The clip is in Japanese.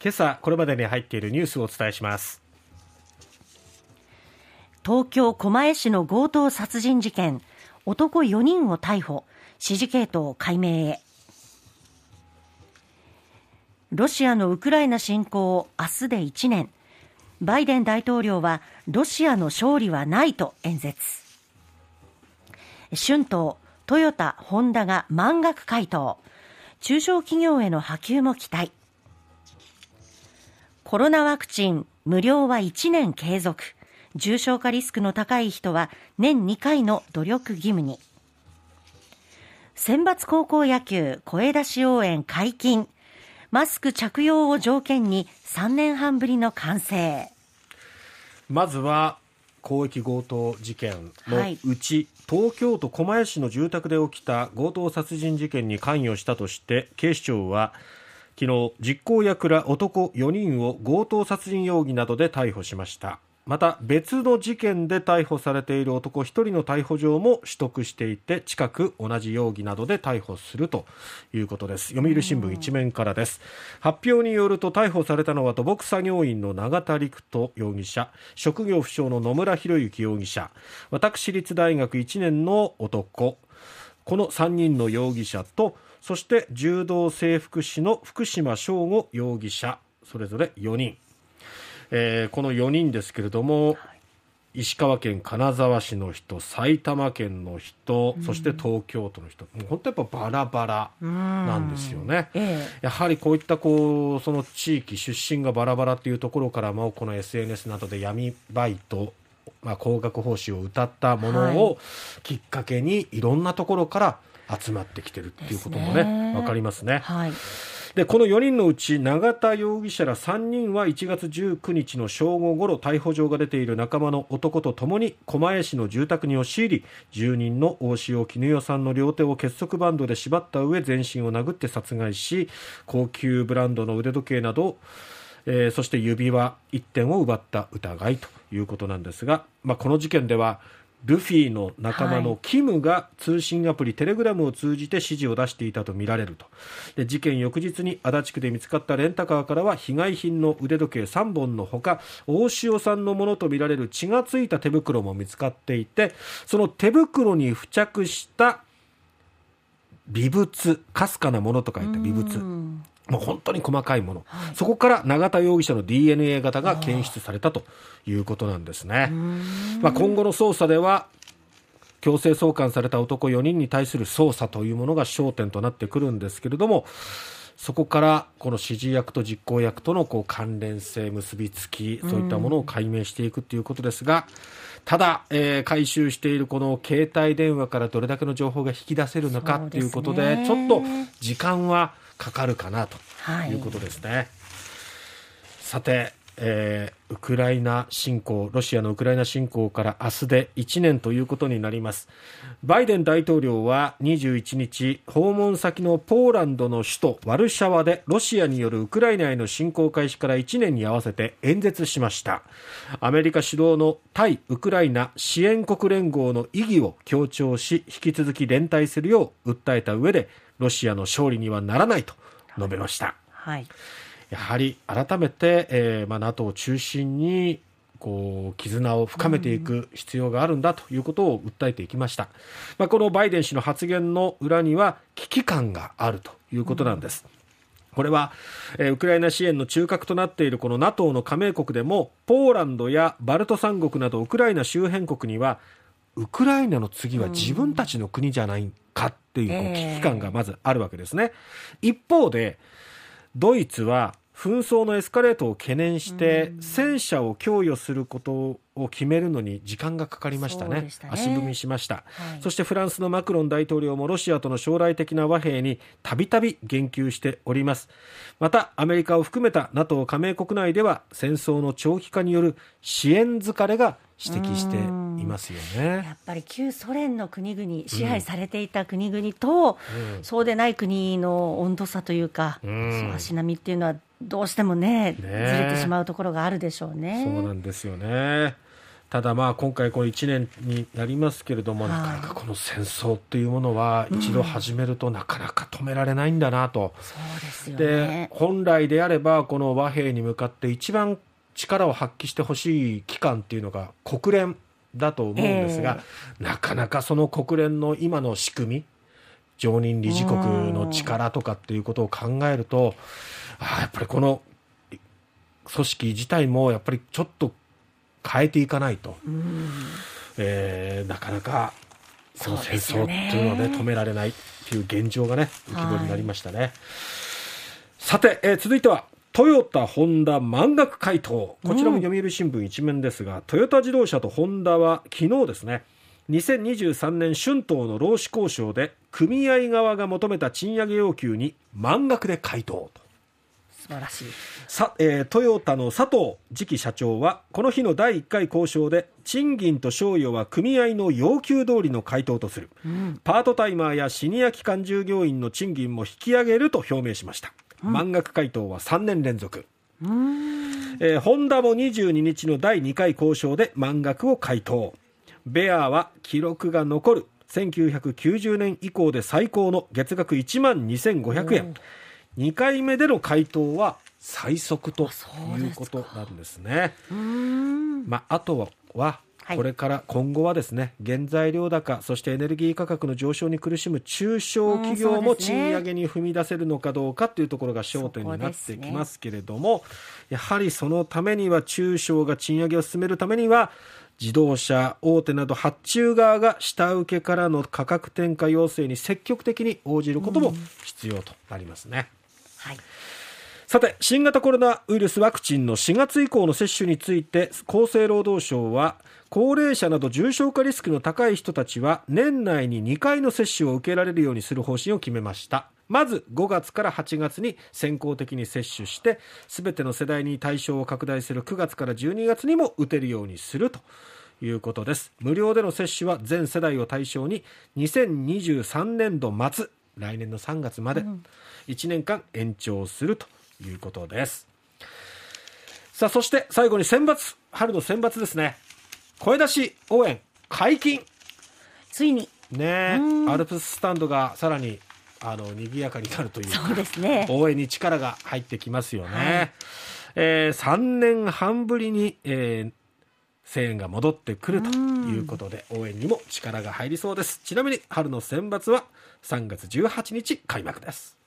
今朝これまでに入っているニュースをお伝えします。 東京狛江市の強盗殺人事件、男4人を逮捕、指示系統解明へ。ロシアのウクライナ侵攻明日で1年。バイデン大統領はロシアの勝利はないと演説。春闘、トヨタ、ホンダが満額回答。中小企業への波及も期待。コロナワクチン無料は1年継続。重症化リスクの高い人は年2回の努力義務に。選抜高校野球声出し応援解禁。マスク着用を条件に3年半ぶりの完成。 まずは広域強盗事件のうち、東京都狛江市の住宅で起きた強盗殺人事件に関与したとして警視庁は昨日実行役ら男4人を強盗殺人容疑などで逮捕しました。また別の事件で逮捕されている男1人の逮捕状も取得していて、近く同じ容疑などで逮捕するということです。読売新聞一面からです。発表によると逮捕されたのは土木作業員の永田陸人容疑者、職業不詳の野村博之容疑者、私立大学1年の男、この3人の容疑者と、そして柔道整復師の福島聖吾容疑者、それぞれ4人、この4人ですけれども、石川県金沢市の人、埼玉県の人、そして東京都の人、もう本当やっぱバラバラなんですよね。やはりこういったその地域出身がバラバラというところからも、この SNS などで闇バイト、高額報酬を謳ったものをきっかけにいろんなところから集まってきてるっていうこともね、わかりますね。でこの4人のうち永田容疑者ら3人は1月19日の正午ごろ、逮捕状が出ている仲間の男とともに狛江市の住宅に押し入り、住人の大塩衣与さんの両手を結束バンドで縛った上、全身を殴って殺害し、高級ブランドの腕時計など、そして指輪1点を奪った疑いということなんですが、この事件ではルフィの仲間のキムが通信アプリテレグラムを通じて指示を出していたとみられると。で事件翌日に足立区で見つかったレンタカーからは被害品の腕時計3本のほか、大塩さんのものとみられる血がついた手袋も見つかっていて、その手袋に付着した微物、かすかなものと書いた微物、もう本当に細かいもの、そこから永田容疑者の DNA 型が検出されたということなんですね。今後の捜査では強制送還された男4人に対する捜査というものが焦点となってくるんですけれども、そこからこの指示役と実行役との関連性、結びつき、そういったものを解明していくということですが、ただ、回収しているこの携帯電話からどれだけの情報が引き出せるのかということで、ちょっと時間はかかるかなということですね。さて、ウクライナ侵攻、ロシアのウクライナ侵攻から明日で1年ということになります。バイデン大統領は21日、訪問先のポーランドの首都ワルシャワでロシアによるウクライナへの侵攻開始から1年に合わせて演説しました。アメリカ主導の対ウクライナ支援国連合の意義を強調し、引き続き連帯するよう訴えた上で、ロシアの勝利にはならないと述べました。やはり改めて、NATO を中心に絆を深めていく必要があるんだということを訴えていきました。このバイデン氏の発言の裏には危機感があるということなんです。これは、ウクライナ支援の中核となっているこの NATO の加盟国でも、ポーランドやバルト三国などウクライナ周辺国には、ウクライナの次は自分たちの国じゃないかっていう危機感がまずあるわけですね。一方でドイツは紛争のエスカレートを懸念して戦車を供与することを決めるのに時間がかかりましたね。足踏みしました。そしてフランスのマクロン大統領もロシアとの将来的な和平にたびたび言及しております。またアメリカを含めた NATO 加盟国内では戦争の長期化による支援疲れが指摘していますよね。 やっぱり旧ソ連の国々、支配されていた国々と、そうでない国の温度差というか、その足並みっていうのはどうしてもねずれてしまうところがあるでしょうね。 そうなんですよね。 ただ今回この1年になりますけれども、なかなかこの戦争っていうものは一度始めるとなかなか止められないんだなと。 そうですよね。 で、本来であればこの和平に向かって一番力を発揮してほしい機関っていうのが国連だと思うんですが、なかなかその国連の今の仕組み、常任理事国の力とかっていうことを考えると、やっぱりこの組織自体もやっぱりちょっと変えていかないと、なかなかその戦争っていうのをね、止められないっていう現状がね浮き彫りになりましたね。さて、続いてはトヨタホンダ満額回答。こちらも読売新聞一面ですが、トヨタ自動車とホンダは昨日ですね、2023年春闘の労使交渉で組合側が求めた賃上げ要求に満額で回答と。 素晴らしい。 トヨタの佐藤次期社長はこの日の第1回交渉で、賃金と賞与は組合の要求通りの回答とする、パートタイマーやシニア期間従業員の賃金も引き上げると表明しました。満額回答は3年連続。ホンダも22日の第2回交渉で満額を回答。ベアは記録が残る1990年以降で最高の月額12,500円。2回目での回答は最速ということなんですね。あとはこれから今後はですね、原材料高、そしてエネルギー価格の上昇に苦しむ中小企業も賃上げに踏み出せるのかどうかというところが焦点になってきますけれども、やはりそのためには、中小が賃上げを進めるためには、自動車大手など発注側が下請けからの価格転嫁要請に積極的に応じることも必要となりますね。さて、新型コロナウイルスワクチンの4月以降の接種について、厚生労働省は高齢者など重症化リスクの高い人たちは年内に2回の接種を受けられるようにする方針を決めました。まず5月から8月に先行的に接種して、すべての世代に対象を拡大する9月から12月にも打てるようにするということです。無料での接種は全世代を対象に2023年度末、来年の3月まで1年間延長するということです。さあ、そして最後に春の選抜ですね。声出し応援解禁、 ついにね、アルプススタンドがさらに賑やかになるというか、 そうですね、 応援に力が入ってきますよね。3年半ぶりに、声援が戻ってくるということで、応援にも力が入りそうです。ちなみに春の選抜は3月18日開幕です。